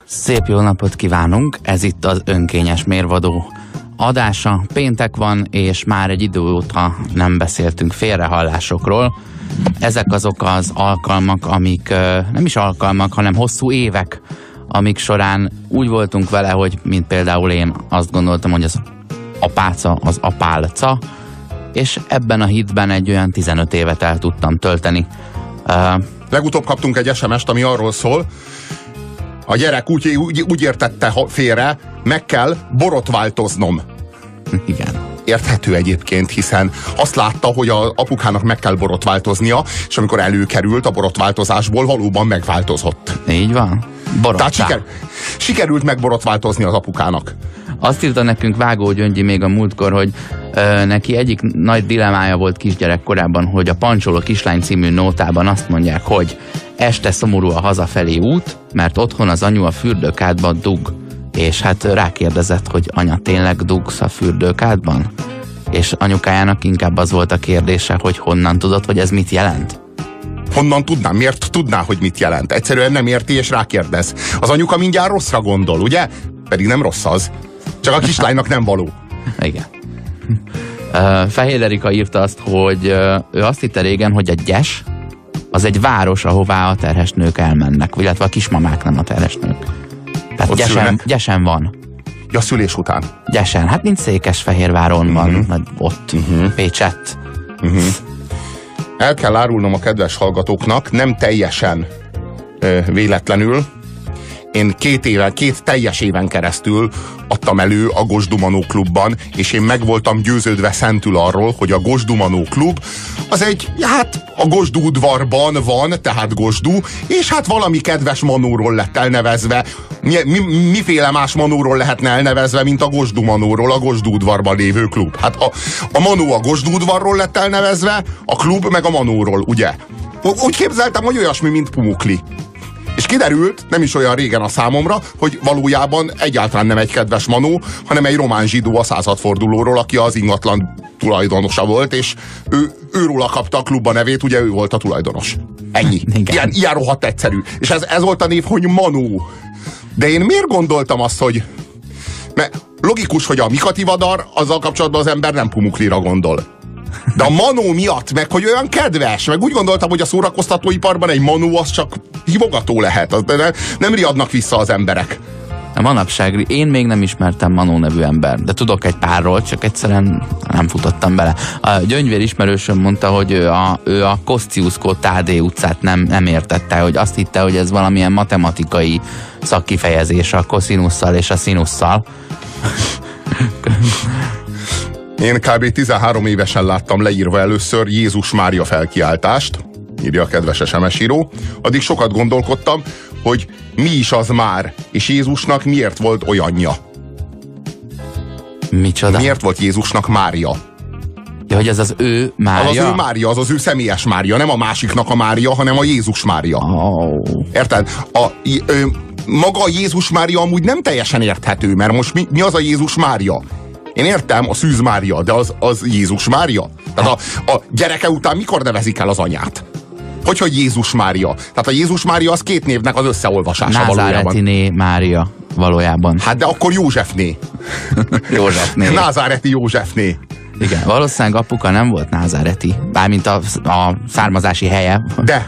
Szép jó napot kívánunk, ez itt az Önkényes Mérvadó adása. Péntek van, és már egy idő óta nem beszéltünk félrehallásokról. Ezek azok az alkalmak, amik nem is alkalmak, hanem hosszú évek, amik során úgy voltunk vele, hogy mint például én azt gondoltam, hogy az apáca az apálca, és ebben a hitben egy olyan 15 évet el tudtam tölteni. Legutóbb kaptunk egy SMS-t, ami arról szól, a gyerek úgy értette félre, meg kell borotváltoznom. Igen. Érthető egyébként, hiszen azt látta, hogy az apukának meg kell borotváltoznia, és amikor előkerült a borotváltozásból, valóban megváltozott. Így van. Tehát sikerült megborotváltozni az apukának. Azt írta nekünk Vágó Gyöngyi még a múltkor, hogy neki egyik nagy dilemája volt kisgyerek korában, hogy a Pancsoló kislány című nótában azt mondják, hogy este szomorú a hazafelé út, mert otthon az anyu a fürdőkádban dug. És hát rákérdezett, hogy anya, tényleg dugsz a fürdőkádban? És anyukájának inkább az volt a kérdése, hogy honnan tudod, hogy ez mit jelent? Honnan tudnám? Miért tudná, hogy mit jelent? Egyszerűen nem érti és rákérdez. Az anyuka mindjárt rosszra gondol, ugye? Pedig nem rossz az. Csak a kislánynak nem való. Igen. Fehér Erika írta azt, hogy ő azt hitte régen, hogy a Gyes az egy város, ahová a terhes nők elmennek, illetve a kismamák, nem a terhes nők. Tehát Gyesen van. Ja, szülés után. Gyesen, hát mint Székesfehérváron van, vagy ott, Pécsett. El kell árulnom a kedves hallgatóknak, nem teljesen véletlenül. Én két teljes éven keresztül adtam elő a Gosdumanó klubban, és én meg voltam győződve szentül arról, hogy a Gosdumanó klub az egy, hát a Gosdú udvarban van, tehát Gosdú, és hát valami kedves manóról lett elnevezve. Miféle más manóról lehetne elnevezve, mint a Gosdú manóról, a Gosdú udvarban lévő klub? Hát a manó a Gosdú udvarról lett elnevezve, a klub meg a manóról, ugye? Úgy képzeltem, hogy olyasmi, mint Pumukli. És kiderült, nem is olyan régen a számomra, hogy valójában egyáltalán nem egy kedves manó, hanem egy román zsidó a századfordulóról, aki az ingatlan tulajdonosa volt, és őróla kapta a klubba nevét, ugye ő volt a tulajdonos. Ennyi. Ilyen rohadt egyszerű. És ez volt a név, hogy Manó. De én miért gondoltam azt, hogy... Mert logikus, hogy a Mikativadar, azzal kapcsolatban az ember nem Pumuklira gondol. De a manó miatt, meg hogy olyan kedves, meg úgy gondoltam, hogy a szórakoztatóiparban egy manó az csak hívogató lehet. Nem riadnak vissza az emberek. A manapság, én még nem ismertem Manó nevű ember, de tudok egy párról, csak egyszerűen nem futottam bele. A Gyöngyvér ismerősöm mondta, hogy ő a Kosciuszko Tádé utcát nem értette, hogy azt hitte, hogy ez valamilyen matematikai szakkifejezés a koszinusszal és a színusszal. Én kb. 13 évesen láttam leírva először Jézus Mária felkiáltást, írja a kedves SMS író. Addig sokat gondolkodtam, hogy mi is az már, és Jézusnak miért volt olyanja. Micsoda? Miért volt Jézusnak Mária? Ja, hogy ez az ő Mária? Az ő Mária, az ő személyes Mária, nem a másiknak a Mária, hanem a Jézus Mária. Oh. Érted? Maga a Jézus Mária amúgy nem teljesen érthető, mert most mi az a Jézus Mária? Én értem, a Szűz Mária, de az Jézus Mária? Tehát a gyereke után mikor nevezik el az anyát? Hogy Jézus Mária? Tehát a Jézus Mária az két névnek az összeolvasása valójában. Názáretiné Mária valójában. Hát de akkor Józsefné. Józsefné. Názáreti Józsefné. Igen, valószínűleg apuka nem volt názáreti. Bármint a származási helye.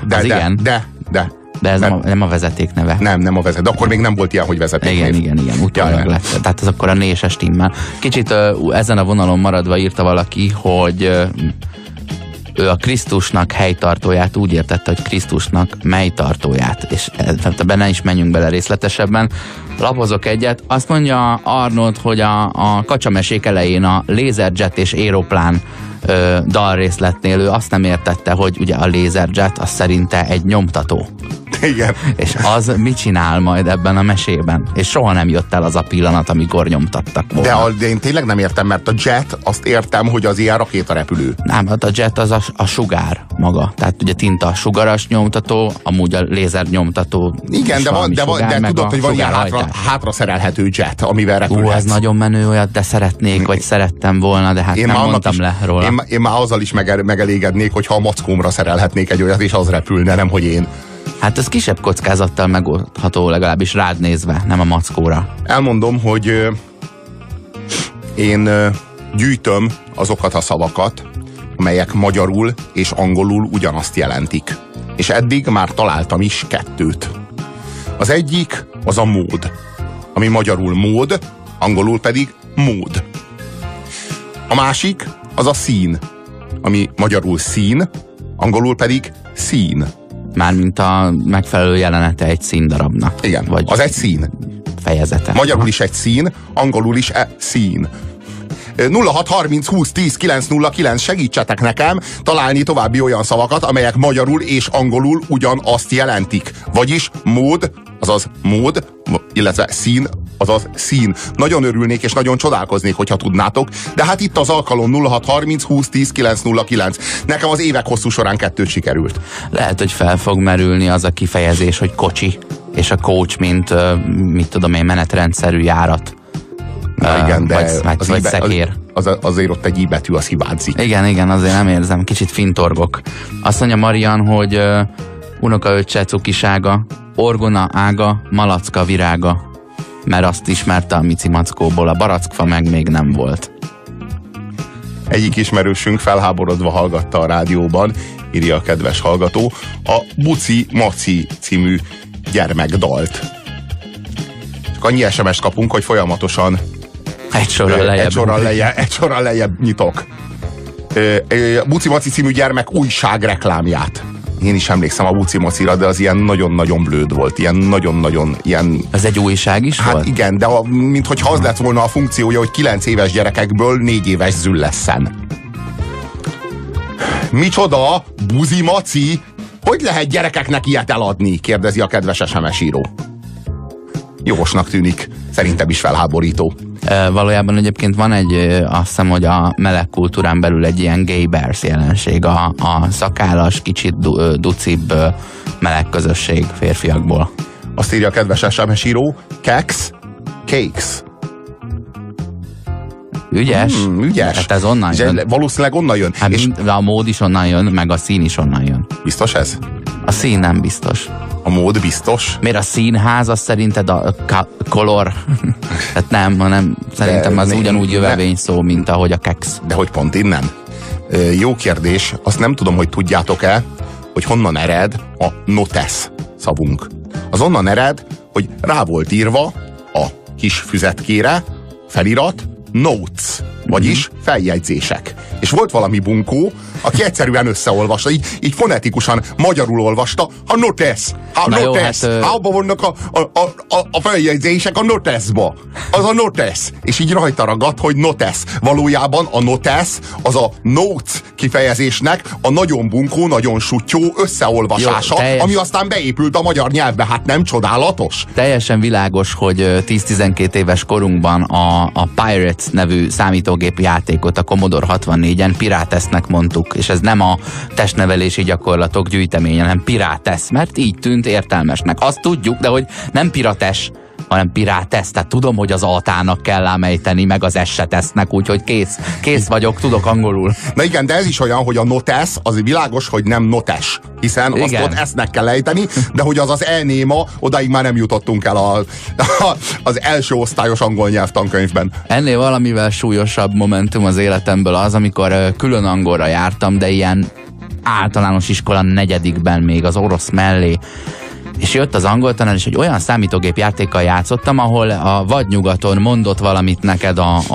De ez nem a vezeték neve. Nem a vezeték. De akkor még nem volt ilyen, hogy vezeték. Igen. Utólag lett. Tehát ez akkor a nése stimmel. Kicsit ezen a vonalon maradva írta valaki, hogy ő a Krisztusnak helytartóját úgy értette, hogy Krisztusnak melytartóját. És ebben ne is menjünk bele részletesebben. Lapozok egyet. Azt mondja Arnold, hogy a kacsamesék elején a Laserjet és Aeroplán dalrészletnél ő azt nem értette, hogy ugye a Laserjet az szerinte egy nyomtató. Igen. És az mit csinál majd ebben a mesében? És soha nem jött el az a pillanat, amikor nyomtattak volna. De én tényleg nem értem, mert a jet, azt értem, hogy az ilyen rakétarepülő. Nem, hát a jet az a sugár maga. Tehát ugye tinta sugaras nyomtató, amúgy a lézer nyomtató. Igen, de tudod, hogy van ilyen hátra szerelhető jet, amivel repülhetsz. Ez nagyon menő, olyat, de szeretnék, vagy szerettem volna, de hát én nem mondtam le róla. Én már azzal is megelégednék, hogyha a mackómra szerelhetnék egy olyat, és az repülne, nem hogy én. Hát ez kisebb kockázattal megoldható, legalábbis rád nézve, nem a mackóra. Elmondom, hogy én gyűjtöm azokat a szavakat, amelyek magyarul és angolul ugyanazt jelentik. És eddig már találtam is 2. Az egyik az a mód, ami magyarul mód, angolul pedig mód. A másik az a szín, ami magyarul szín, angolul pedig szín. Mármint a megfelelő jelenete egy színdarabnak. Igen, vagy az egy szín. Fejezete. Magyarul is egy szín, angolul is szín. 0630 20 10 909, segítsetek nekem találni további olyan szavakat, amelyek magyarul és angolul ugyanazt jelentik. Vagyis mód, azaz mód, illetve szín, azaz szín. Nagyon örülnék és nagyon csodálkoznék, hogyha tudnátok, de hát itt az alkalom 0630 20 10 909. Nekem az évek hosszú során 2 sikerült. Lehet, hogy fel fog merülni az a kifejezés, hogy kocsi, és a coach, mint mit tudom én, menetrendszerű járat. Na igen, de vagy szekér. Azért ott egy i betű, az hibázik. Igen, azért nem érzem, kicsit fintorgok. Azt mondja Marian, hogy unokaöccse cukisága, orgona ága, malacka virága, mert azt ismerte a Mici Mackóból, a barackfa meg még nem volt. Egyik ismerősünk felháborodva hallgatta a rádióban, írja a kedves hallgató, a Buci Maci című gyermekdalt. Csak annyi SMS-t kapunk, hogy folyamatosan egy sorral lejjebb nyitok. Buci Maci című gyermek újság reklámját. Én is emlékszem a Buci Macira, de az ilyen nagyon-nagyon blőd volt. Ilyen nagyon-nagyon ilyen... Ez egy újság is volt? Hát igen, de minthogyha az lett volna a funkciója, hogy 9 éves gyerekekből 4 éves züllesszen. Micsoda? Buzi Maci? Hogy lehet gyerekeknek ilyet eladni? Kérdezi a kedves SMS író. Jogosnak tűnik. Szerintem is felháborító. Valójában egyébként van egy, azt hiszem, hogy a meleg kultúrán belül egy ilyen gay bears jelenség, a szakállas, kicsit ducibb meleg közösség férfiakból. Azt írja a kedves SMS író, cakes. Ügyes? Ügyes. Hát ez onnan jön. Valószínűleg onnan jön. Hát és a mód is onnan jön, meg a szín is onnan jön. Biztos ez? A szín nem biztos. A mód biztos? Miért a színház, az szerinted a color? Hát nem, hanem szerintem az ugyanúgy jövevény szó, mint ahogy a keks. De hogy pont innen? Jó kérdés. Azt nem tudom, hogy tudjátok-e, hogy honnan ered a notes szavunk. Az onnan ered, hogy rá volt írva a kis füzetkére felirat notes, vagyis feljegyzések. És volt valami bunkó, aki egyszerűen összeolvasta, így fonetikusan magyarul olvasta a notes. Abba vannak a feljegyzések a notesba. Az a notes. És így rajta ragadt, hogy notes. Valójában a notes az a notes kifejezésnek a nagyon bunkó, nagyon suttyó összeolvasása, ami aztán beépült a magyar nyelvbe. Hát nem csodálatos? Teljesen világos, hogy 10-12 éves korunkban a Pirates nevű számítógép játékot a Commodore 64-en Piratesnek mondtuk, és ez nem a testnevelési gyakorlatok gyűjteménye, hanem Pirates, mert így tűnt értelmesnek. Azt tudjuk, de hogy nem Pirates, hanem Pirates, tehát tudom, hogy az altának kell ámejteni, meg az S se tesznek, úgyhogy kész vagyok, tudok angolul. Na igen, de ez is olyan, hogy a notes, az világos, hogy nem notes, hiszen igen, azt ott S-nek kell ejteni, de hogy az elnéma, odáig már nem jutottunk el az első osztályos angol nyelvtankönyvben. Ennél valamivel súlyosabb momentum az életemből az, amikor külön angolra jártam, de ilyen általános iskola 4. még az orosz mellé, és jött az angol tanár, és egy olyan számítógép játékkal játszottam, ahol a vadnyugaton mondott valamit neked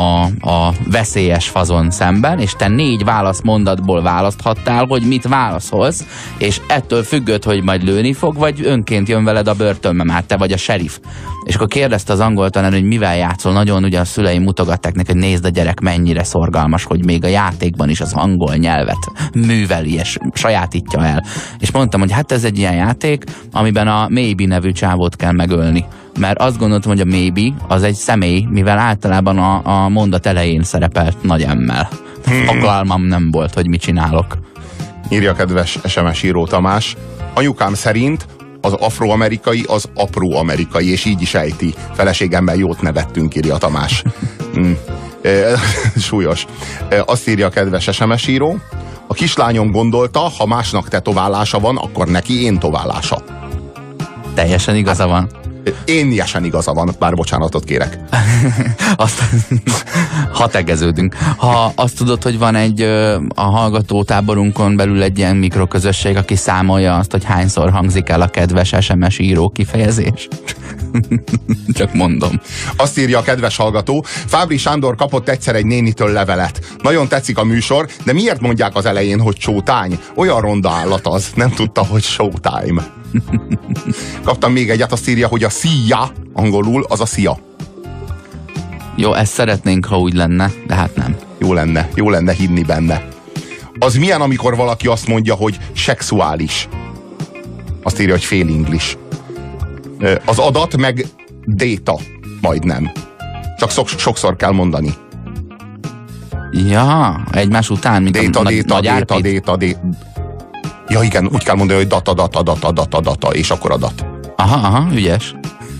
a veszélyes fazon szemben, és te 4 válaszmondatból választhattál, hogy mit válaszolsz, és ettől függött, hogy majd lőni fog, vagy önként jön veled a börtönbe, már te vagy a sheriff. És akkor kérdezte az angol tanár, hogy mivel játszol. Nagyon ugye a szüleim mutogatták neki, hogy nézd a gyerek mennyire szorgalmas, hogy még a játékban is az angol nyelvet műveli és sajátítja el. És mondtam, hogy hát ez egy ilyen játék, amiben a Maybe nevű csávót kell megölni. Mert azt gondoltam, hogy a Maybe az egy személy, mivel általában a mondat elején szerepelt nagy M-mel. Fogalmam nem volt, hogy mit csinálok. Írja a kedves SMS író Tamás. Anyukám szerint az afroamerikai az apróamerikai, és így is ejti. Feleségemmel jót nevettünk, írja Tamás. Súlyos. Azt írja a kedves SMS író. A kislányom gondolta, ha másnak tetoválása van, akkor neki én toválása. Teljesen igaza van. Énnyesen igaza van, bár bocsánatot kérek. Azt, ha tegeződünk. Ha azt tudod, hogy van egy a hallgatótáborunkon belül egy ilyen mikroközösség, aki számolja azt, hogy hányszor hangzik el a kedves SMS író kifejezés. Csak mondom. Azt írja a kedves hallgató, Fábri Sándor kapott egyszer egy nénitől levelet. Nagyon tetszik a műsor, de miért mondják az elején, hogy showtime? Olyan ronda állat az, nem tudta, hogy showtime. Kaptam még egyet, azt írja, hogy a szia, angolul, az a szia. Jó, ezt szeretnénk, ha úgy lenne, de hát nem. Jó lenne hinni benne. Az milyen, amikor valaki azt mondja, hogy szexuális? Azt írja, hogy fél English. Az adat meg data, majdnem. Csak sokszor kell mondani. Ja, egymás után, mint data. Ja igen, úgy kell mondani, hogy data, és akkor adat. Aha, ügyes.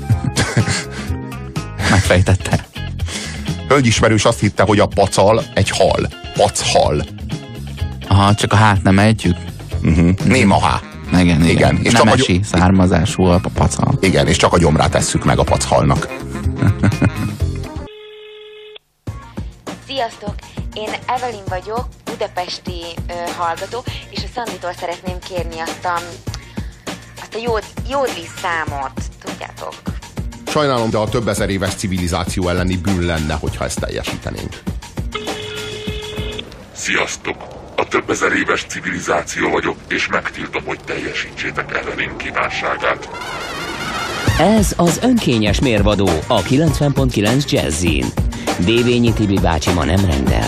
Megfejtette. Hölgyismerős azt hitte, hogy a pacal egy hal. Pachal. Aha, csak a hát nem ejtjük. Néma há. Igen. És nemesi származású a pacal. Igen, és csak a gyomrát tesszük meg a pachalnak. Sziasztok! Én Evelyn vagyok, budapesti hallgató, és a Szanditól szeretném kérni azt a jódli számot, tudjátok? Sajnálom, de a több ezer éves civilizáció elleni bűn lenne, hogyha ezt teljesítenénk. Sziasztok! A több ezer éves civilizáció vagyok, és megtiltom, hogy teljesítsétek Evelyn kívánságát. Ez az önkényes mérvadó a 90.9 Jazzin. Dévényi Tibi bácsi ma nem rendel.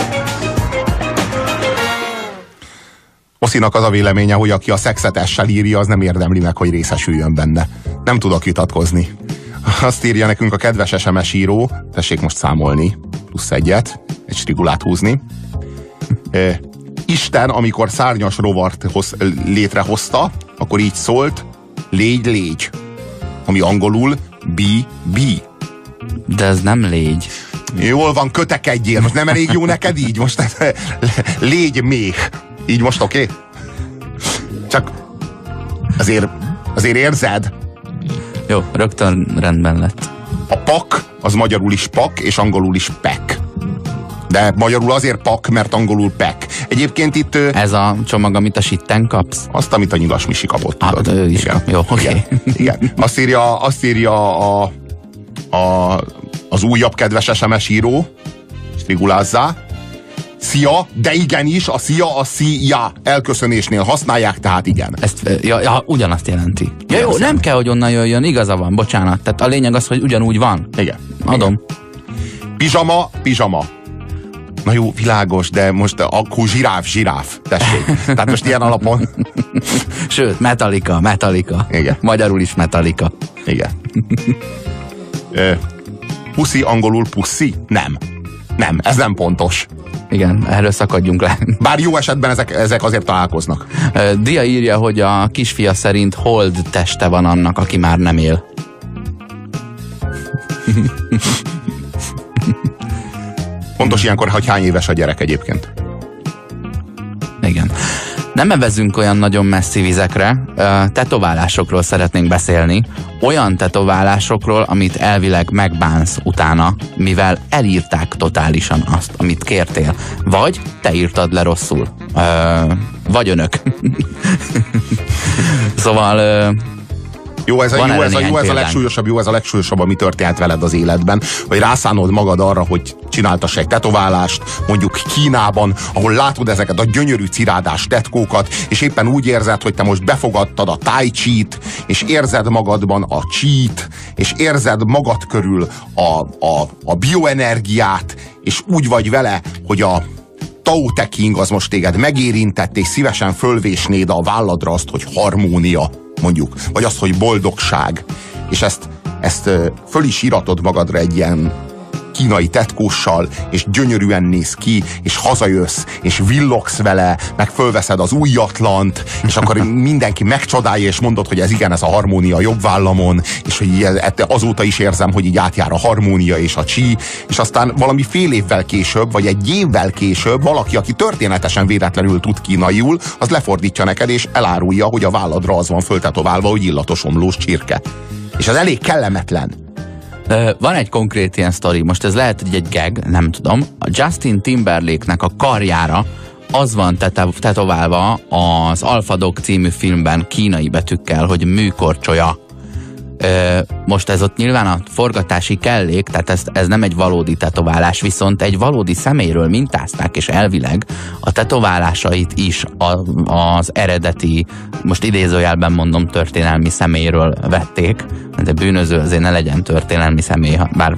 Oszinak az a véleménye, hogy aki a szexet essel írja, az nem érdemli meg, hogy részesüljön benne. Nem tudok vitatkozni. Azt írja nekünk a kedves SMS író, tessék most számolni, plusz egyet, egy strigulát húzni. Isten, amikor szárnyas rovart létrehozta, akkor így szólt, légy, ami angolul be. De ez nem légy. Jól van, kötekedjél, most nem elég jó neked így? Most légy méh. Így most oké? Csak azért érzed? Jó, rögtön rendben lett. A pak, az magyarul is pak, és angolul is pek. De magyarul azért pak, mert angolul pek. Egyébként itt... Ez a csomag, amit a sitten kapsz? Azt, amit a Nyilas Misi kapott. Ah, ő is kap. Jó, oké. Igen. Azt írja az újabb kedves SMS író, strigulázzá. Szia, de igenis, a szia, a szia elköszönésnél használják, tehát igen. Ezt, ugyanazt jelenti. Ja, jó, nem kell, hogy onnan jöjjön, igaza van, bocsánat. Tehát a lényeg az, hogy ugyanúgy van. Igen. Adom. Igen. Pizsama. Na jó, világos, de most akkor zsiráf, tessék. Tehát most ilyen alapon. Sőt, Metallica. Igen. Magyarul is Metallica. Igen. Puszi angolul pussy? Nem, ez nem pontos. Igen, erről szakadjunk le. Bár jó esetben ezek azért találkoznak. Dia írja, hogy a kisfia szerint hold teste van annak, aki már nem él. Pontos ilyenkor, hogy hány éves a gyerek egyébként. Igen. Nem evezünk olyan nagyon messzi vizekre, tetoválásokról szeretnénk beszélni. Olyan tetoválásokról, amit elvileg megbánsz utána, mivel elírták totálisan azt, amit kértél. Vagy te írtad le rosszul. Vagy önök. Szóval... Jó, ez a legsúlyosabb, ami történt veled az életben, hogy rászánod magad arra, hogy csináltass egy tetoválást, mondjuk Kínában, ahol látod ezeket a gyönyörű cirádás tetkókat, és éppen úgy érzed, hogy te most befogadtad a tai chi-t, és érzed magadban a chi-t, és érzed magad körül a bioenergiát, és úgy vagy vele, hogy a Tao Te Ching az most téged megérintett, és szívesen fölvésnéd a válladra azt, hogy harmónia, mondjuk, vagy azt, hogy boldogság, és ezt föl is íratod magadra egy ilyen kínai tetkóssal, és gyönyörűen néz ki, és hazajössz, és villogsz vele, meg fölveszed az újatlant, és akkor mindenki megcsodálja, és mondod, hogy ez igen, ez a harmónia jobb vállamon, és hogy azóta is érzem, hogy így átjár a harmónia és a csí, és aztán valami fél évvel később, vagy egy évvel később valaki, aki történetesen véletlenül tud kínaiul, az lefordítja neked, és elárulja, hogy a válladra az van föltetoválva, hogy illatos omlós csirke. És ez elég kellemetlen. Van egy konkrét ilyen sztori, most ez lehet, hogy egy gag, nem tudom. A Justin Timberlake-nek a karjára az van tetoválva az Alpha Dog című filmben kínai betűkkel, hogy műkorcsolya. Most ez ott nyilván a forgatási kellék, tehát ez nem egy valódi tetoválás, viszont egy valódi személyről mintázták, és elvileg a tetoválásait is az eredeti, most idézőjelben mondom, történelmi személyről vették, de bűnöző azért ne legyen történelmi személy, bár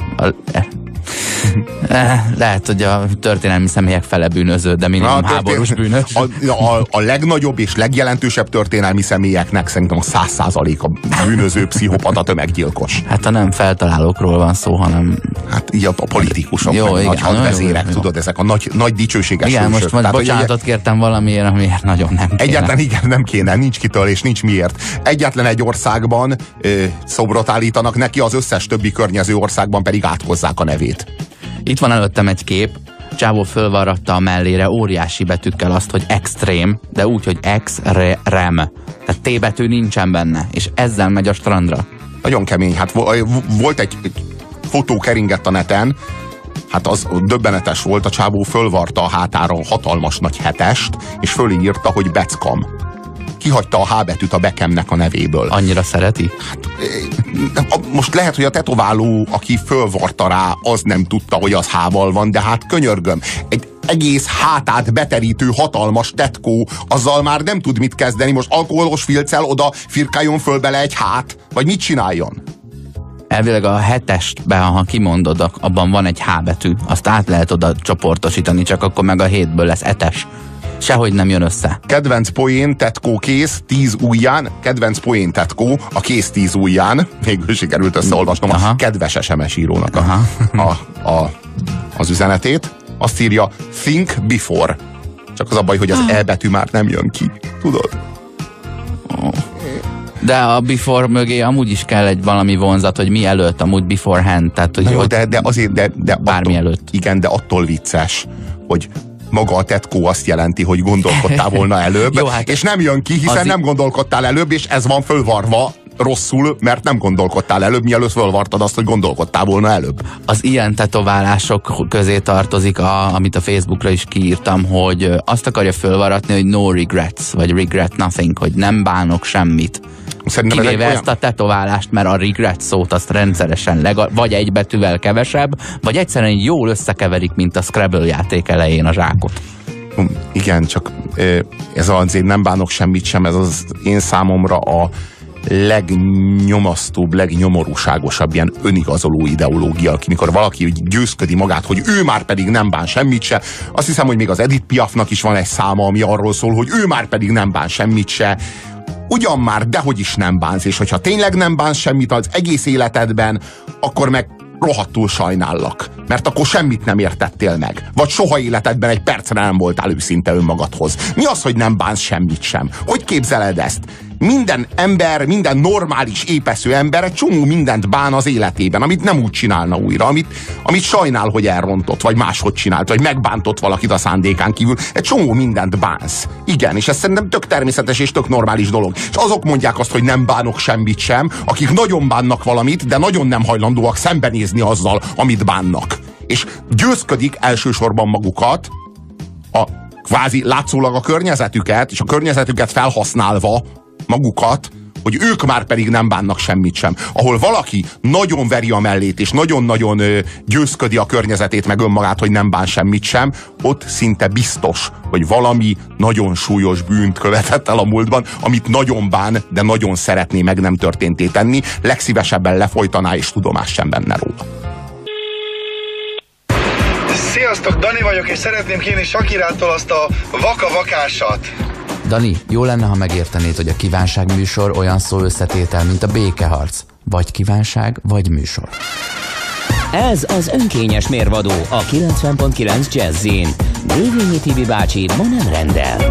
lehet, hogy a történelmi személyek fele bűnöző, de minimum háborús bűnös. A legnagyobb és legjelentősebb történelmi személyeknek szerintem a 100% a bűnöző, pszichopata, tömeggyilkos. Hát ha nem feltalálókról van szó, hanem... Hát így a politikusok, jó, meg igen, nagy hadvezérek, tudod, ezek a nagy dicsőséges igen, hősök. most bocsánatot kértem valamiért, amiért nagyon nem kéne. Egyáltalán igen, nem kéne, nincs kitől és nincs miért. Egyetlen egy országban szobrot állítanak neki, az összes többi környező országban pedig áthozzák a nevét. Itt van előttem egy kép, csávó fölvarratta a mellére óriási betűkkel azt, hogy extrém, de úgy, hogy ex-rem. Tehát T betű nincsen benne, és ezzel megy a strandra. Nagyon kemény, hát volt egy fotó keringett a neten, hát az döbbenetes volt, a csávó fölvarta a hátára hatalmas nagy hetest, és fölé írta, hogy Beckam. Kihagyta a H betűt a Beckhamnek a nevéből. Annyira szereti? Hát, most lehet, hogy a tetováló, aki fölvarta rá, az nem tudta, hogy az H-val van, de hát könyörgöm, egy egész hátát beterítő hatalmas tetkó, azzal már nem tud mit kezdeni, most alkoholos filccel oda firkáljon föl bele egy hát, vagy mit csináljon? Elvileg a hetestben, ha kimondod, abban van egy H betű, azt át lehet oda csoportosítani, csak akkor meg a hétből lesz etes. Sehogy nem jön össze. Kedvenc poén, tetkó kész, 10 ujján, kedvenc poén, tetkó, a kész 10 ujján, végül sikerült összeolvasnom a kedves SMS írónak az üzenetét. Azt írja, think before. Csak az a baj, hogy az E betű már nem jön ki. Tudod? De a before mögé amúgy is kell egy valami vonzat, hogy mi előtt, amúgy beforehand. Tehát, hogy jó, de azért, de bármi attól, előtt. Igen, de attól vicces, hogy maga a tetkó azt jelenti, hogy gondolkodtál volna előbb, jó, hát és nem jön ki, hiszen nem gondolkodtál előbb, és ez van fölvarva rosszul, mert nem gondolkodtál előbb, mielőtt fölvartad azt, hogy gondolkodtál volna előbb. Az ilyen tetoválások közé tartozik, amit a Facebookra is kiírtam, hogy azt akarja fölvaratni, hogy no regrets, vagy regret nothing, hogy nem bánok semmit. Szerintem kivéve ezt a tetoválást, mert a regret szót azt rendszeresen vagy egy betűvel kevesebb, vagy egyszerűen jól összekeverik, mint a Scrabble játék elején a zsákot. Igen, csak ez azért nem bánok semmit sem, ez az én számomra a legnyomasztóbb, legnyomorúságosabb ilyen önigazoló ideológia, amikor valaki győzködi magát, hogy ő már pedig nem bán semmit se. Azt hiszem, hogy még az Edith Piafnak is van egy száma, ami arról szól, hogy ő már pedig nem bán semmit se. Ugyan már, dehogy is nem bánsz, és hogyha tényleg nem bánsz semmit az egész életedben, akkor meg rohadtul sajnállak, mert akkor semmit nem értettél meg. Vagy soha életedben egy percre nem voltál őszinte önmagadhoz. Mi az, hogy nem bánsz semmit sem? Hogy képzeled ezt? Minden ember, minden normális, épesző ember egy csomó mindent bán az életében, amit nem úgy csinálna újra, amit sajnál, hogy elrontott, vagy máshogy csinált, vagy megbántott valakit a szándékán kívül. Egy csomó mindent bánsz. Igen, és ez szerintem tök természetes és tök normális dolog. És azok mondják azt, hogy nem bánok semmit sem, akik nagyon bánnak valamit, de nagyon nem hajlandóak szembenézni azzal, amit bánnak. És győzködik elsősorban magukat, kvázi látszólag a környezetüket, és a környezetüket felhasználva magukat, hogy ők már pedig nem bánnak semmit sem. Ahol valaki nagyon veri a mellét, és nagyon-nagyon győzködi a környezetét, meg önmagát, hogy nem bán semmit sem, ott szinte biztos, hogy valami nagyon súlyos bűnt követett el a múltban, amit nagyon bán, de nagyon szeretné meg nem történté tenni, legszívesebben lefolytaná, és tudomás sem benne róla. Sziasztok, Dani vagyok, és szeretném kérni Shakirától azt a vaka-vakásat. Dani, jó lenne, ha megértenéd, hogy a kívánság műsor olyan szó összetétel, mint a békeharc. Vagy kívánság, vagy műsor. Ez az önkényes mérvadó a 90.9 Jazzin. Dévényi Tibi bácsi ma nem rendel.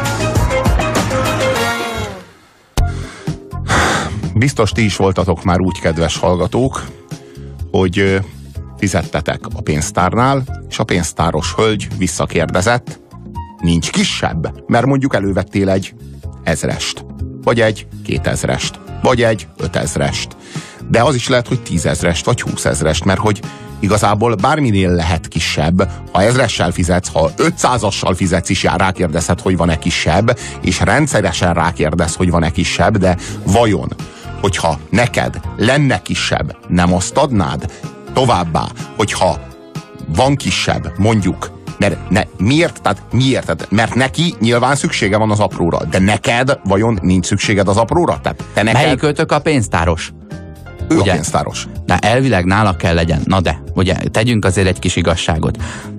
Biztos ti is voltatok már úgy, kedves hallgatók, hogy fizettetek a pénztárnál, és a pénztáros hölgy visszakérdezett, nincs kisebb, mert mondjuk elővettél egy 1000-est, vagy egy 2000-est, vagy egy 5000-est. De az is lehet, hogy 10 000-est, vagy 20 000-est, mert hogy igazából bárminél lehet kisebb, ha 1000-essel fizetsz, ha 500-assal fizetsz is, rákérdezhet, hogy van-e kisebb, és rendszeresen rákérdez, hogy van-e kisebb, de vajon, hogyha neked lenne kisebb, nem azt adnád? Továbbá, hogyha van kisebb, mondjuk, miért? Tehát miért? Mert neki nyilván szüksége van az apróra, de neked vajon nincs szükséged az apróra? Tehát te neked... Melyikőtök a pénztáros? Ő ugye? A pénztáros. Na, elvileg nála kell legyen. Na de, ugye, tegyünk azért egy kis igazságot.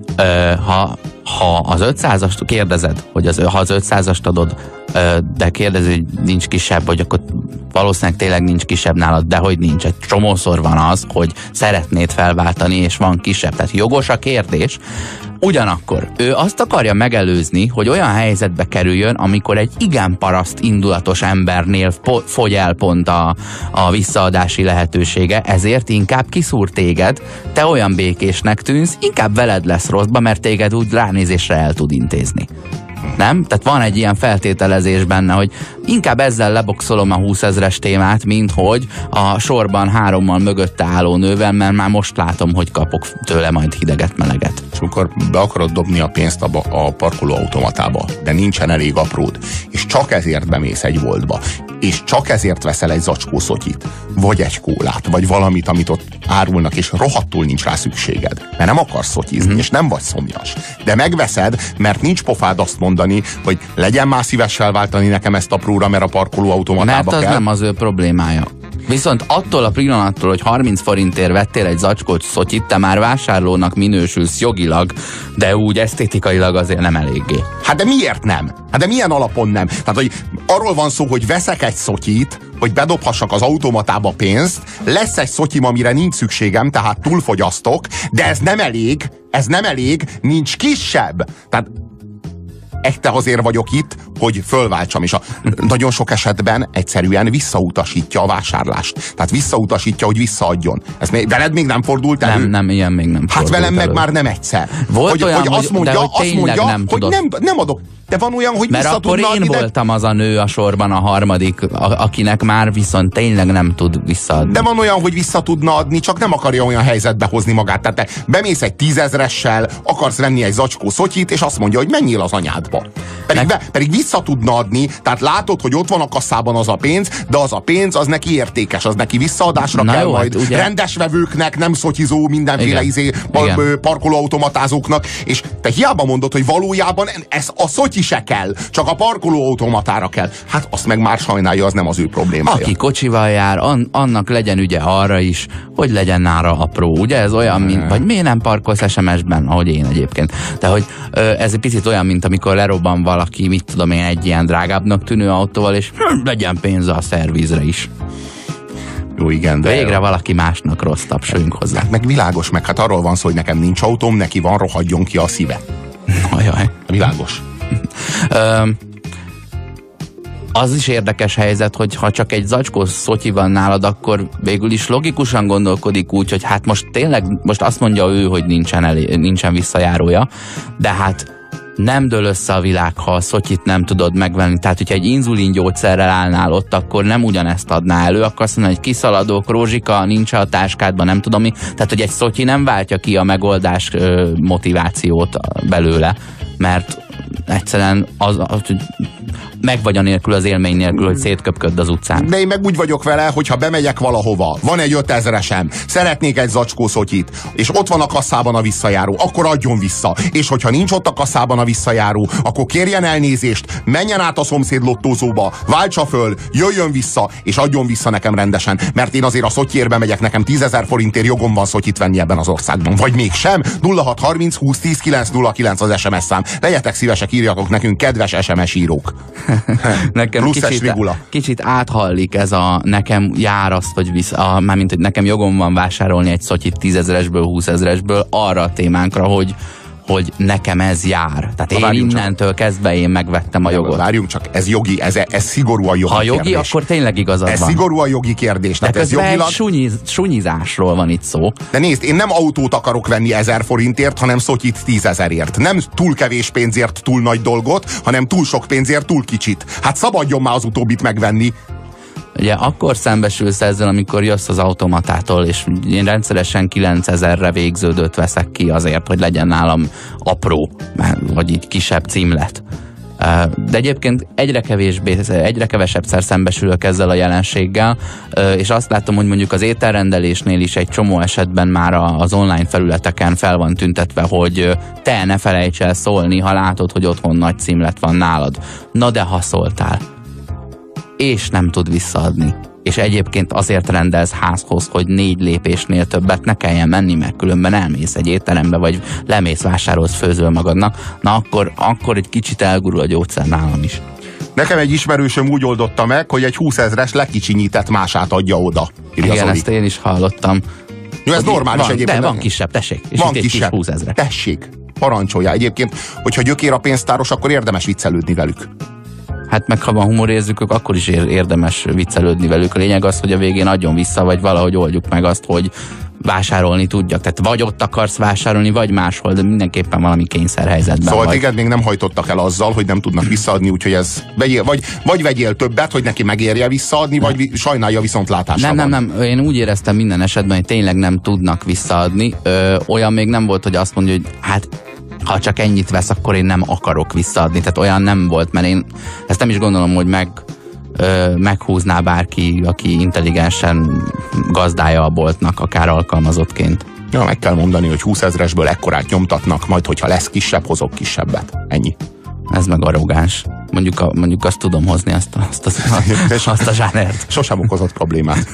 Ha az 500-ast kérdezed, hogy ha az 500-ast adod, de kérdezi, hogy nincs kisebb, vagy akkor valószínűleg tényleg nincs kisebb nálad, de hogy nincs. Egy csomószor van az, hogy szeretnéd felváltani, és van kisebb. Tehát jogos a kérdés. Ugyanakkor ő azt akarja megelőzni, hogy olyan helyzetbe kerüljön, amikor egy igen paraszt indulatos embernél fogy el pont a visszaadási lehetősége, ezért inkább kiszúr téged, te olyan békésnek tűnsz, inkább veled lesz rosszba, mert téged úgy ránézésre el tud intézni. Nem? Tehát van egy ilyen feltételezés benne, hogy inkább ezzel leboxolom a 20 000-es témát, mint hogy a sorban 3-mal mögötte álló nővel, mert már most látom, hogy kapok tőle majd hideget-meleget. És amikor be akarod dobni a pénzt a parkolóautomatába, de nincsen elég apród, és csak ezért bemész egy boltba, és csak ezért veszel egy zacskó szotyit, vagy egy kólát, vagy valamit, amit ott árulnak, és rohadtul nincs rá szükséged, mert nem akarsz szotyizni, és nem vagy szomjas. De megveszed, mert nincs pofád azt mondani, hogy legyen már szíves elváltani nekem ezt a próra, mert a parkolóautomatába kell. Mert az nem az ő problémája. Viszont attól a pillanattól, hogy 30 forintért vettél egy zacskót szotyit, te már vásárlónak minősülsz jogilag, de úgy esztétikailag azért nem eléggé. Hát de miért nem? Hát de milyen alapon nem? Tehát, hogy arról van szó, hogy veszek egy szotyit, hogy bedobhassak az automatába pénzt, lesz egy szotyim, amire nincs szükségem, tehát túlfogyasztok, de ez nem elég, nincs kisebb. Tehát Echte azért vagyok itt, hogy fölváltsam, és nagyon sok esetben egyszerűen visszautasítja a vásárlást. Tehát visszautasítja, hogy visszaadjon. Ez veled még nem fordult elő? Nem, ilyen még nem fordult velem elő. Meg már nem egyszer. Volt olyan, hogy azt mondja, hogy nem adok. De van olyan, hogy mert akkor én voltam az a nő a sorban, a harmadik, akinek már viszont tényleg nem tud visszaadni. De van olyan, hogy vissza tudna adni, csak nem akarja olyan helyzetbe hozni magát. Tehát te bemész egy 10 000-essel, akarsz venni egy zacskó szotyit, és azt mondja, hogy menjél az anyádba. Pedig vissza tudna adni, tehát látod, hogy ott van a kasszában az a pénz, de az a pénz, az neki értékes, az neki visszaadásra kell jó, majd. Ugye? Rendes vevőknek, nem szotyizó, mindenféle parkolóautomatázóknak, és te hiába mondod, hogy valójában ez a szotyi se kell, csak a parkolóautomatára kell. Hát azt meg már sajnálja, az nem az ő problémája. Aki kocsival jár, annak legyen ügye arra is, hogy legyen nála apró. Ugye ez olyan, mint, vagy miért nem parkolsz SMS-ben, ahogy én egyébként. De hogy ez egy picit olyan, mint amikor lerobban valaki, mit tudom én, egy ilyen drágábbnak tűnő autóval, és legyen pénze a szervizre is. Jó, igen, de... Végre valaki másnak rossz, tapsoljunk hozzá. Hát meg világos, meg hát arról van szó, hogy nekem nincs autóm, neki van, rohadjon ki a szíve. Ajaj. Világos. Az is érdekes helyzet, hogy ha csak egy zacskó szotyi van nálad, akkor végül is logikusan gondolkodik úgy, hogy hát most tényleg, most azt mondja ő, hogy nincsen visszajárója, de hát nem dől össze a világ, ha a szotyit nem tudod megvenni. Tehát, hogyha egy inzulingyógyszerrel állnál ott, akkor nem ugyanezt adná elő, akkor azt mondja, hogy kiszaladok, rózsika, nincs a táskádban, nem tudom mi. Tehát, hogy egy szotyi nem váltja ki a megoldás motivációt belőle, mert egyszerűen hogy meg vagy anélkül az élmény nélkül, hogy szétköpköd az utcán. De én meg úgy vagyok vele, hogyha bemegyek valahova, van egy 5000-esem, szeretnék egy zacskó szotyit, és ott van a kasszában a visszajáró, akkor adjon vissza. És hogyha nincs ott a kasszában a visszajáró, akkor kérjen elnézést, menjen át a szomszéd lottózóba, váltsa föl, jöjjön vissza, és adjon vissza nekem rendesen. Mert én azért a szotyérbe megyek, nekem 10 000 forintért jogom van szotyit venni ebben az országban. Vagy mégsem. 0630 20 10 909 az SMS szám. Legyetek szívesek, írjatok nekünk, kedves SMS írók. nekem Pluszes Vigula. kicsit áthallik ez a nekem jár azt, vagy mármint, hogy nekem jogom van vásárolni egy szotyit 10 000-esből, 20 000-esből arra a témánkra, hogy nekem ez jár. Tehát én innentől kezdve én megvettem a jogot. Várjunk csak, ez jogi, ez szigorúan jogi Ha jogi, kérdés. akkor tényleg igazad Ez van. szigorúan jogi kérdés. De Tehát ez jogilag... egy sunyizásról van itt szó. De nézd, én nem autót akarok venni 1000 forintért, hanem szotyit 10 000-ért. Nem túl kevés pénzért túl nagy dolgot, hanem túl sok pénzért túl kicsit. Hát szabadjon már az utóbbit megvenni. Ugye akkor szembesülsz ezzel, amikor jössz az automatától, és én rendszeresen 9000-re végződőt veszek ki azért, hogy legyen nálam apró, vagy így kisebb címlet. De egyébként egyre kevesebbszer szembesülök ezzel a jelenséggel, és azt látom, hogy mondjuk az ételrendelésnél is egy csomó esetben már az online felületeken fel van tüntetve, hogy te ne felejts el szólni, ha látod, hogy otthon nagy címlet van nálad. Na de ha szóltál, és nem tud visszaadni, és egyébként azért rendelsz házhoz, hogy 4 lépésnél többet ne kelljen menni, mert különben elmész egy étterembe, vagy lemész, vásárolsz, főzöl magadnak, na akkor egy kicsit elgurul a gyógyszer nálam is. Nekem egy ismerősöm úgy oldotta meg, hogy egy 20 000-es lekicsinyített mását adja oda. Igen, ezt én is hallottam. Jó, ez normális egyébként. De van kisebb, tessék. És van itt kisebb. 20 000. Tessék, parancsolja. Egyébként, hogyha gyökér a pénztáros, akkor érdemes viccelődni velük. Hát meg ha van humorérzükök, akkor is érdemes viccelődni velük. A lényeg az, hogy a végén adjon vissza, vagy valahogy oldjuk meg azt, hogy vásárolni tudjak. Tehát vagy ott akarsz vásárolni, vagy máshol, de mindenképpen valami kényszerhelyzetben Szóval vagy. téged még nem hajtottak el azzal, hogy nem tudnak visszaadni, úgyhogy ez vagy vegyél többet, hogy neki megérje visszaadni, vagy sajnálja viszontlátásra van. Nem. Én úgy éreztem minden esetben, hogy tényleg nem tudnak visszaadni. Olyan még nem volt, hogy azt mondja, hogy hát ha csak ennyit vesz, akkor én nem akarok visszaadni. Tehát olyan nem volt, mert én ezt nem is gondolom, hogy meghúzná bárki, aki intelligensen gazdája a boltnak, akár alkalmazottként. Ja, meg kell mondani, hogy 20 000-esből ekkorát nyomtatnak, majd hogyha lesz kisebb, hozok kisebbet. Ennyi. Ez meg arrogáns. Mondjuk azt tudom hozni, azt a zsánert. Sosem okozott problémát.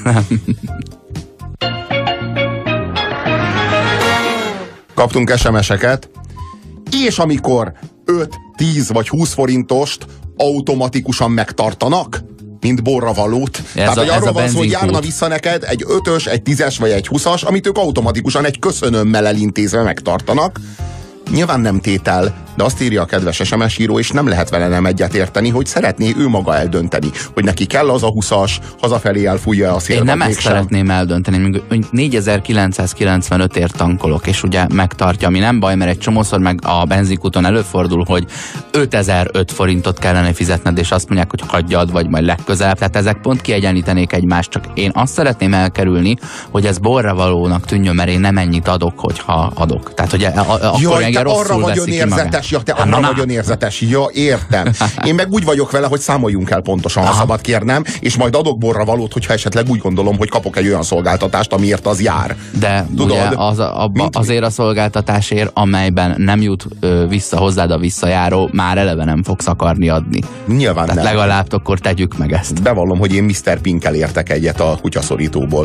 Kaptunk SMS-eket, és amikor 5, 10 vagy 20 forintost automatikusan megtartanak, mint borravalót. Tehát, hogy arról van szó, hogy járna vissza neked egy 5-ös, egy 10-es vagy egy 20-as, amit ők automatikusan egy köszönömmel elintézve megtartanak. Nyilván nem tétel, de azt írja a kedves SMS író, és nem lehet vele nem egyetérteni, hogy szeretné ő maga eldönteni, hogy neki kell az a 20-as, hazafelé elfújja a szél. Én nem ezt szeretném eldönteni, 4995-ért tankolok, és ugye megtartja, ami nem baj, mert egy csomószor meg a benzinkúton előfordul, hogy 5005 forintot kellene fizetned, és azt mondják, hogy hagyjad, vagy majd legközelebb, tehát ezek pont kiegyenlítenék egymást, csak én azt szeretném elkerülni, hogy ez borravalónak tűnjön, mert én nem ennyit adok, hogyha adok. Tehát, hogy akkor engem rosszul veszik ki magát. Te arra nagyon érzetes. Ja, értem. Én meg úgy vagyok vele, hogy számoljunk el pontosan, ha szabad kérnem, és majd adok borravalót, hogyha esetleg úgy gondolom, hogy kapok egy olyan szolgáltatást, amiért az jár. De tudod, ugye azért a szolgáltatásért, amelyben nem jut vissza hozzád a visszajáró, már eleve nem fogsz akarni adni. Nyilván tehát nem. Legalább akkor tegyük meg ezt. Bevallom, hogy én Mr. Pinkkel értek egyet a kutyaszorítóból.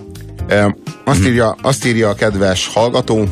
Azt írja a kedves hallgató,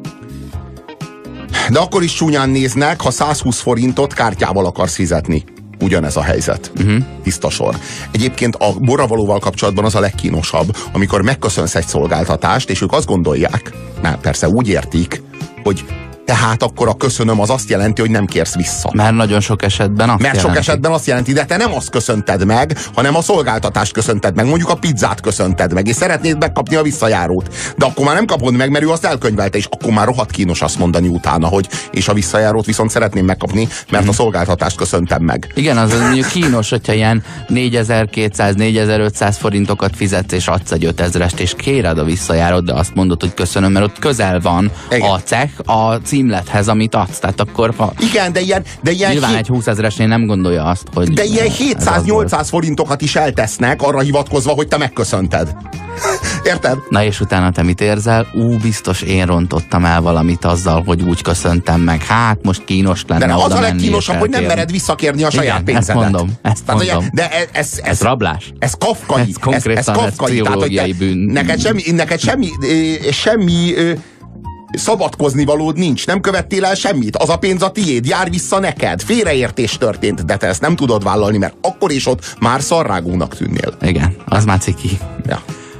de akkor is csúnyán néznek, ha 120 forintot kártyával akarsz fizetni. Ugyanez a helyzet. Tiszta sor. Egyébként a borravalóval kapcsolatban az a legkínosabb, amikor megköszönsz egy szolgáltatást, és ők azt gondolják, mert persze úgy értik, hogy tehát akkor a köszönöm az azt jelenti, hogy nem kérsz vissza. Mert nagyon sok esetben azt jelenti. Sok esetben azt jelenti, de te nem azt köszönted meg, hanem a szolgáltatást köszönted meg, mondjuk a pizzát köszönted meg, és szeretnéd megkapni a visszajárót. De akkor már nem kapod meg, mert ő azt elkönyvelte, és akkor már rohadt kínos azt mondani utána, hogy és a visszajárót viszont szeretném megkapni, mert a szolgáltatást köszöntem meg. Igen, az mondjuk kínos, hogyha ilyen 4200-4500 forintokat fizetsz, és adsz egy 5000-est, és kéred a visszajárót, de azt mondod, hogy köszönöm, mert ott közel van a cech, a címlethez, amit adsz. Tehát akkor, ha... Igen, de ilyen nyilván egy 20 000-esnél nem gondolja azt, hogy... De ilyen 700-800 forintokat is eltesznek, arra hivatkozva, hogy te megköszönted. Érted? Na és utána te mit érzel? Biztos én rontottam el valamit azzal, hogy úgy köszöntem meg. Hát most kínos lenne. De az a legkínosabb, hogy nem mered visszakérni a saját pénzedet. Ezt mondom. De ez rablás. Ez kafkai. Ez konkrétan ez pszichológiai bűn. Neked semmi szabadkozni valód nincs, nem követtél el semmit, az a pénz a tiéd, jár vissza neked, félreértés történt, de te ezt nem tudod vállalni, mert akkor is ott már szarrágónak tűnnél. Igen, az már ciki. Ja.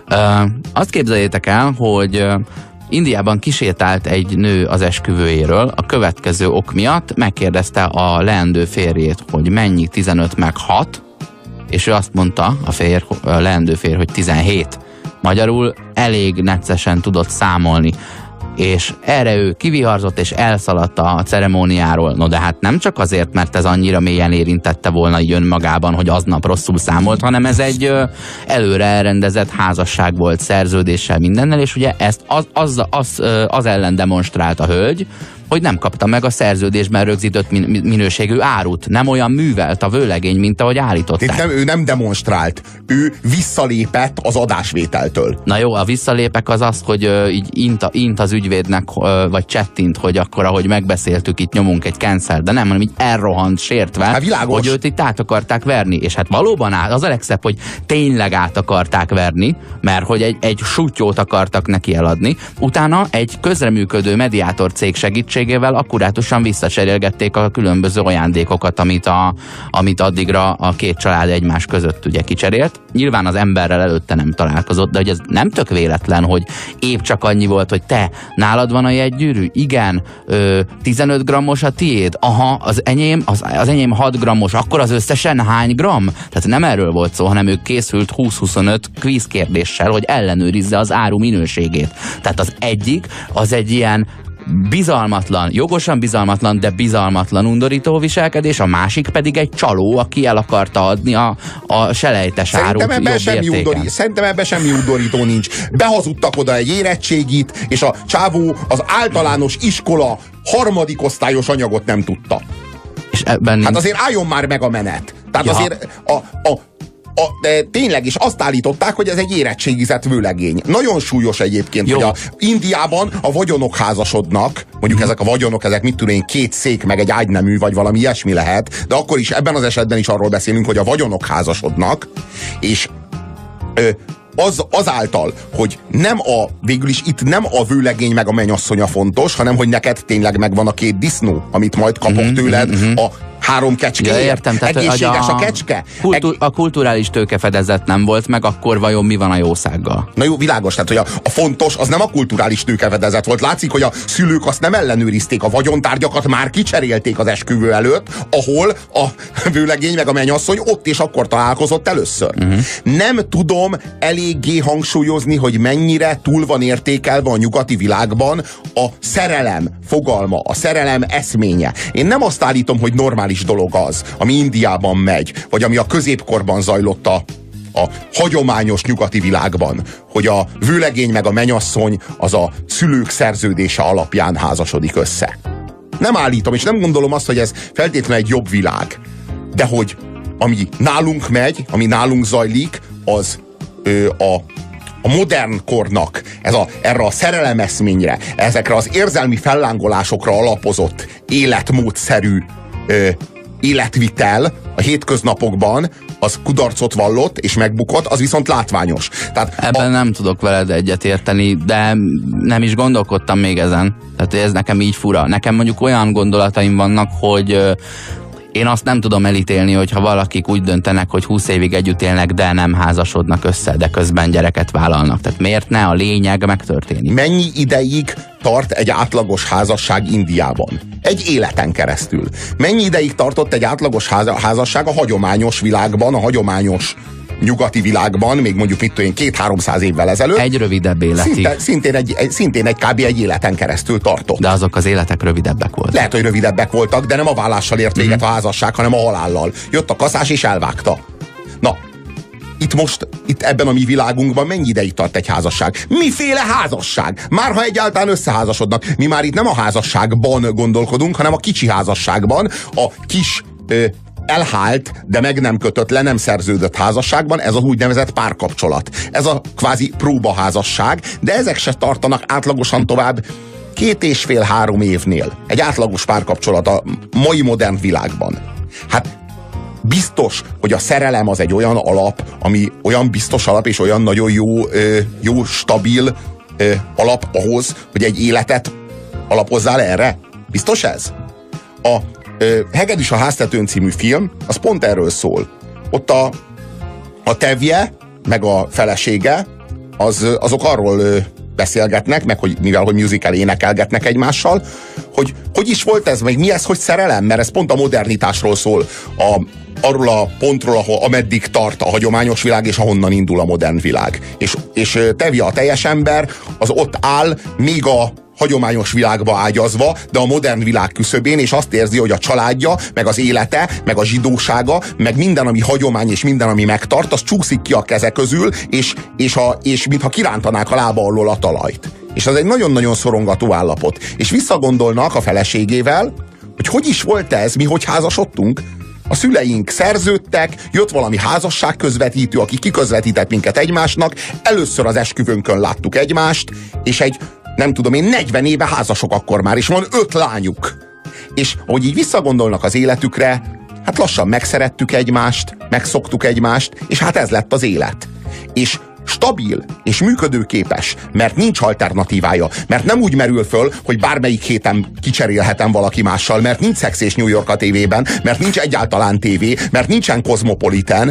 Azt képzeljétek el, hogy Indiában kisétált egy nő az esküvőjéről, a következő ok miatt megkérdezte a leendő férjét, hogy mennyi 15 meg 6, és ő azt mondta, a leendő férj, hogy 17. Magyarul elég neccesen tudott számolni. És erre ő kiviharzott és elszaladt a ceremóniáról. No de hát nem csak azért, mert ez annyira mélyen érintette volna így önmagában, hogy aznap rosszul számolt, hanem ez egy előre elrendezett házasság volt szerződéssel mindennel, és ugye ezt az ellen demonstrált a hölgy, hogy nem kapta meg a szerződésben rögzített minőségű árut. Nem olyan művelt a vőlegény, mint ahogy állították. Ő nem demonstrált. Ő visszalépett az adásvételtől. Na jó, a visszalépek az az, hogy így int az ügyvédnek, vagy csettint, hogy akkor, ahogy megbeszéltük, itt nyomunk egy cancel, de nem, hanem így elrohant sértve, hát hogy őt itt át akarták verni. És hát valóban az a legszebb, hogy tényleg át akarták verni, mert hogy egy sutyót akartak neki eladni. Utána egy közreműködő mediátor cég segítségével akkurátusan visszacserélgették a különböző ajándékokat, amit addigra a két család egymás között ugye kicserélt. Nyilván az emberrel előtte nem találkozott, de hogy ez nem tök véletlen, hogy épp csak annyi volt, hogy te, nálad van a jegygyűrű? Igen. 15 grammos a tiéd? Aha, az enyém 6 grammos, akkor az összesen hány gram? Tehát nem erről volt szó, hanem ő készült 20-25 kvíz kérdéssel, hogy ellenőrizze az áru minőségét. Tehát az egyik, az egy ilyen bizalmatlan, jogosan bizalmatlan, de bizalmatlan undorító viselkedés, a másik pedig egy csaló, aki el akarta adni a selejtes árut jobb értéken. Szerintem ebben semmi undorító nincs. Behazudtak oda egy érettségit, és a csávó az általános iskola harmadik osztályos anyagot nem tudta. És ebben hát azért álljon már meg a menet. Tehát azért de tényleg is azt állították, hogy ez egy érettségizett vőlegény. Nagyon súlyos egyébként, hogy Indiában a vagyonok házasodnak, mondjuk ezek a vagyonok, ezek mit tudom én, 2 szék, meg egy ágynemű, vagy valami ilyesmi lehet, de akkor is ebben az esetben is arról beszélünk, hogy a vagyonok házasodnak, és azáltal, hogy végül is itt nem a vőlegény meg a mennyasszonya fontos, hanem hogy neked tényleg megvan a 2 disznó, amit majd kapok tőled, a 3 kecske. Ja, értem, tehát egészséges a kecske. A kulturális tőkefedezet nem volt meg, akkor vajon mi van a jószággal? Na jó, világos, tehát hogy a fontos, az nem a kulturális tőkefedezet volt. Látszik, hogy a szülők azt nem ellenőrizték, a vagyontárgyakat már kicserélték az esküvő előtt, ahol a vőlegény meg a mennyasszony ott és akkor találkozott először. Nem tudom eléggé hangsúlyozni, hogy mennyire túl van értékelve a nyugati világban a szerelem fogalma, a szerelem eszménye. Én nem azt állítom, hogy normális dolog az, ami Indiában megy, vagy ami a középkorban zajlott a hagyományos nyugati világban, hogy a vőlegény meg a mennyasszony az a szülők szerződése alapján házasodik össze. Nem állítom, és nem gondolom azt, hogy ez feltétlenül egy jobb világ. De hogy ami nálunk megy, ami nálunk zajlik, az a modern kornak erre a szerelemeszményre, ezekre az érzelmi fellángolásokra alapozott életmódszerű életvitel a hétköznapokban, az kudarcot vallott és megbukott, az viszont látványos. Tehát ebben nem tudok veled egyetérteni, de nem is gondolkodtam még ezen. Tehát ez nekem így fura. Nekem mondjuk olyan gondolataim vannak, hogy én azt nem tudom elítélni, hogyha valakik úgy döntenek, hogy 20 évig együtt élnek, de nem házasodnak össze, de közben gyereket vállalnak. Tehát miért ne a lényeg megtörténik? Mennyi ideig tart egy átlagos házasság Indiában? Egy életen keresztül. Mennyi ideig tartott egy átlagos házasság a hagyományos világban, a hagyományos nyugati világban, még mondjuk 200-300 évvel ezelőtt? Egy rövidebb életi. Szintén kb. Egy életen keresztül tartott. De azok az életek rövidebbek voltak. Lehet, hogy rövidebbek voltak, de nem a vállással ért véget a házasság, hanem a halállal. Jött a kaszás és elvágta. Na, itt ebben a mi világunkban mennyi ideig tart egy házasság? Miféle házasság? Már ha egyáltalán összeházasodnak. Mi már itt nem a házasságban gondolkodunk, hanem a kicsi házasságban, a kis elhált, de meg nem kötött, le nem szerződött házasságban, ez az úgynevezett párkapcsolat. Ez a kvázi próbaházasság, de ezek se tartanak átlagosan tovább 2,5-3 évnél. Egy átlagos párkapcsolat a mai modern világban. Hát biztos, hogy a szerelem az egy olyan alap, ami olyan biztos alap, és olyan nagyon jó stabil alap ahhoz, hogy egy életet Alapozzál erre? Biztos ez? A Hegedűs a háztetőn című film, az pont erről szól. Ott a tevje, meg a felesége, azok arról beszélgetnek, meg hogy mivel hogy musical énekelgetnek egymással, hogy is volt ez, meg mi ez, hogy szerelem, mert ez pont a modernitásról szól, arról a pontról, ameddig tart a hagyományos világ, és ahonnan indul a modern világ. És Tevje, a teljes ember, az ott áll, még a hagyományos világba ágyazva, de a modern világ küszöbén, és azt érzi, hogy a családja, meg az élete, meg a zsidósága, meg minden, ami hagyomány, és minden, ami megtart, az csúszik ki a keze közül, és mintha kirántanák a lába alól a talajt. És ez egy nagyon-nagyon szorongató állapot. És visszagondolnak a feleségével, hogy is volt ez, mi hogy házasodtunk. A szüleink szerződtek, jött valami házasságközvetítő, aki kiközvetített minket egymásnak, először az esküvőnkön láttuk egymást, és nem tudom én, 40 éve házasok akkor már, és van 5 lányuk. És ahogy így visszagondolnak az életükre, hát lassan megszerettük egymást, megszoktuk egymást, és hát ez lett az élet. És stabil és működőképes, mert nincs alternatívája, mert nem úgy merül föl, hogy bármelyik héten kicserélhetem valaki mással, mert nincs Szex és New York a tévében, mert nincs egyáltalán tévé, mert nincsen Cosmopolitan,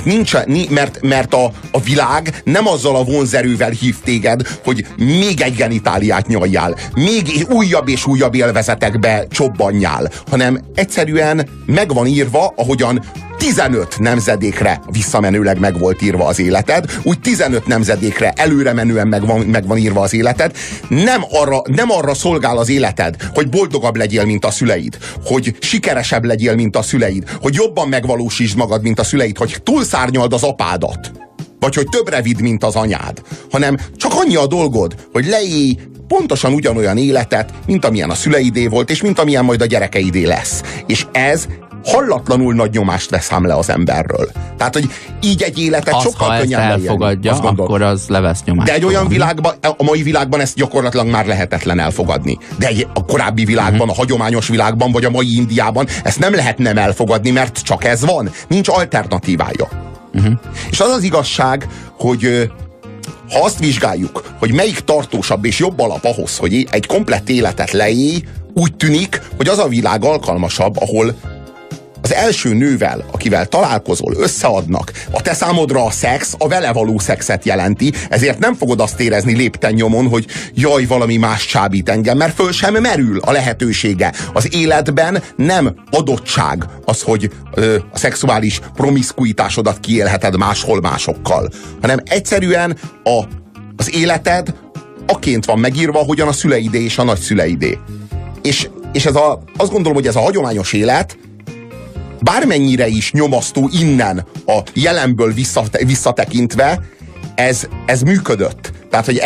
mert a világ nem azzal a vonzerővel hív téged, hogy még egy genitáliát nyaljál, még újabb és újabb élvezetekbe csobbanjál, hanem egyszerűen meg van írva, ahogyan 15 nemzedékre visszamenőleg meg volt írva az életed, úgy 15 nemzedékre előre menően meg van írva az életed. Nem arra szolgál az életed, hogy boldogabb legyél, mint a szüleid, hogy sikeresebb legyél, mint a szüleid, hogy jobban megvalósítsd magad, mint a szüleid, hogy túlszárnyald az apádat, vagy hogy többre vidd, mint az anyád, hanem csak annyi a dolgod, hogy leélj pontosan ugyanolyan életet, mint amilyen a szüleidé volt, és mint amilyen majd a gyerekeidé lesz. És ez hallatlanul nagy nyomást vesz le az emberről. Tehát, hogy így egy életet sokkal könnyebben elfogadja, akkor az levesz nyomást. De egy olyan világban, a mai világban ezt gyakorlatilag már lehetetlen elfogadni. De a korábbi világban, a hagyományos világban, vagy a mai Indiában ezt nem lehet nem elfogadni, mert csak ez van. Nincs alternatívája. És az az igazság, hogy ha azt vizsgáljuk, hogy melyik tartósabb és jobb alap ahhoz, hogy egy komplett életet leélj, úgy tűnik, hogy az a világ alkalmasabb, ahol az első nővel, akivel találkozol, összeadnak. A te számodra a szex a vele való szexet jelenti, ezért nem fogod azt érezni lépten nyomon, hogy jaj, valami más csábít engem, mert föl sem merül a lehetősége. Az életben nem adottság az, hogy a szexuális promiszkuitásodat kiélheted máshol másokkal, hanem egyszerűen az életed aként van megírva, hogyan a szüleidé és a nagyszüleidé. És azt gondolom, hogy ez a hagyományos élet bármennyire is nyomasztó innen a jelenből visszatekintve, ez működött. Tehát, hogy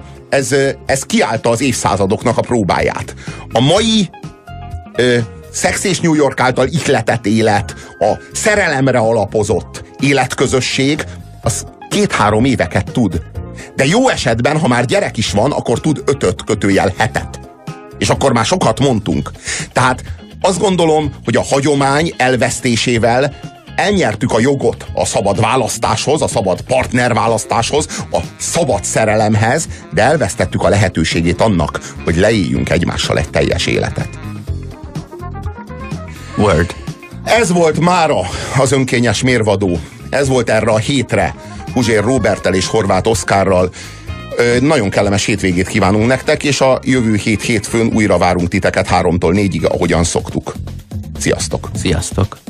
ez kiállta az évszázadoknak a próbáját. A mai Szex és New York által ihletett élet, a szerelemre alapozott életközösség, az 2-3 éveket tud. De jó esetben, ha már gyerek is van, akkor tud 5-7. És akkor már sokat mondtunk. Tehát azt gondolom, hogy a hagyomány elvesztésével elnyertük a jogot a szabad választáshoz, a szabad partnerválasztáshoz, a szabad szerelemhez, de elvesztettük a lehetőségét annak, hogy leéljünk egymással egy teljes életet. Word. Ez volt mára az önkényes mérvadó. Ez volt erre a hétre Puzsér Róberttel és Horváth Oszkárral. Nagyon kellemes hétvégét kívánunk nektek, és a jövő hétfőn újra várunk titeket 3-tól 4-ig, ahogyan szoktuk. Sziasztok! Sziasztok!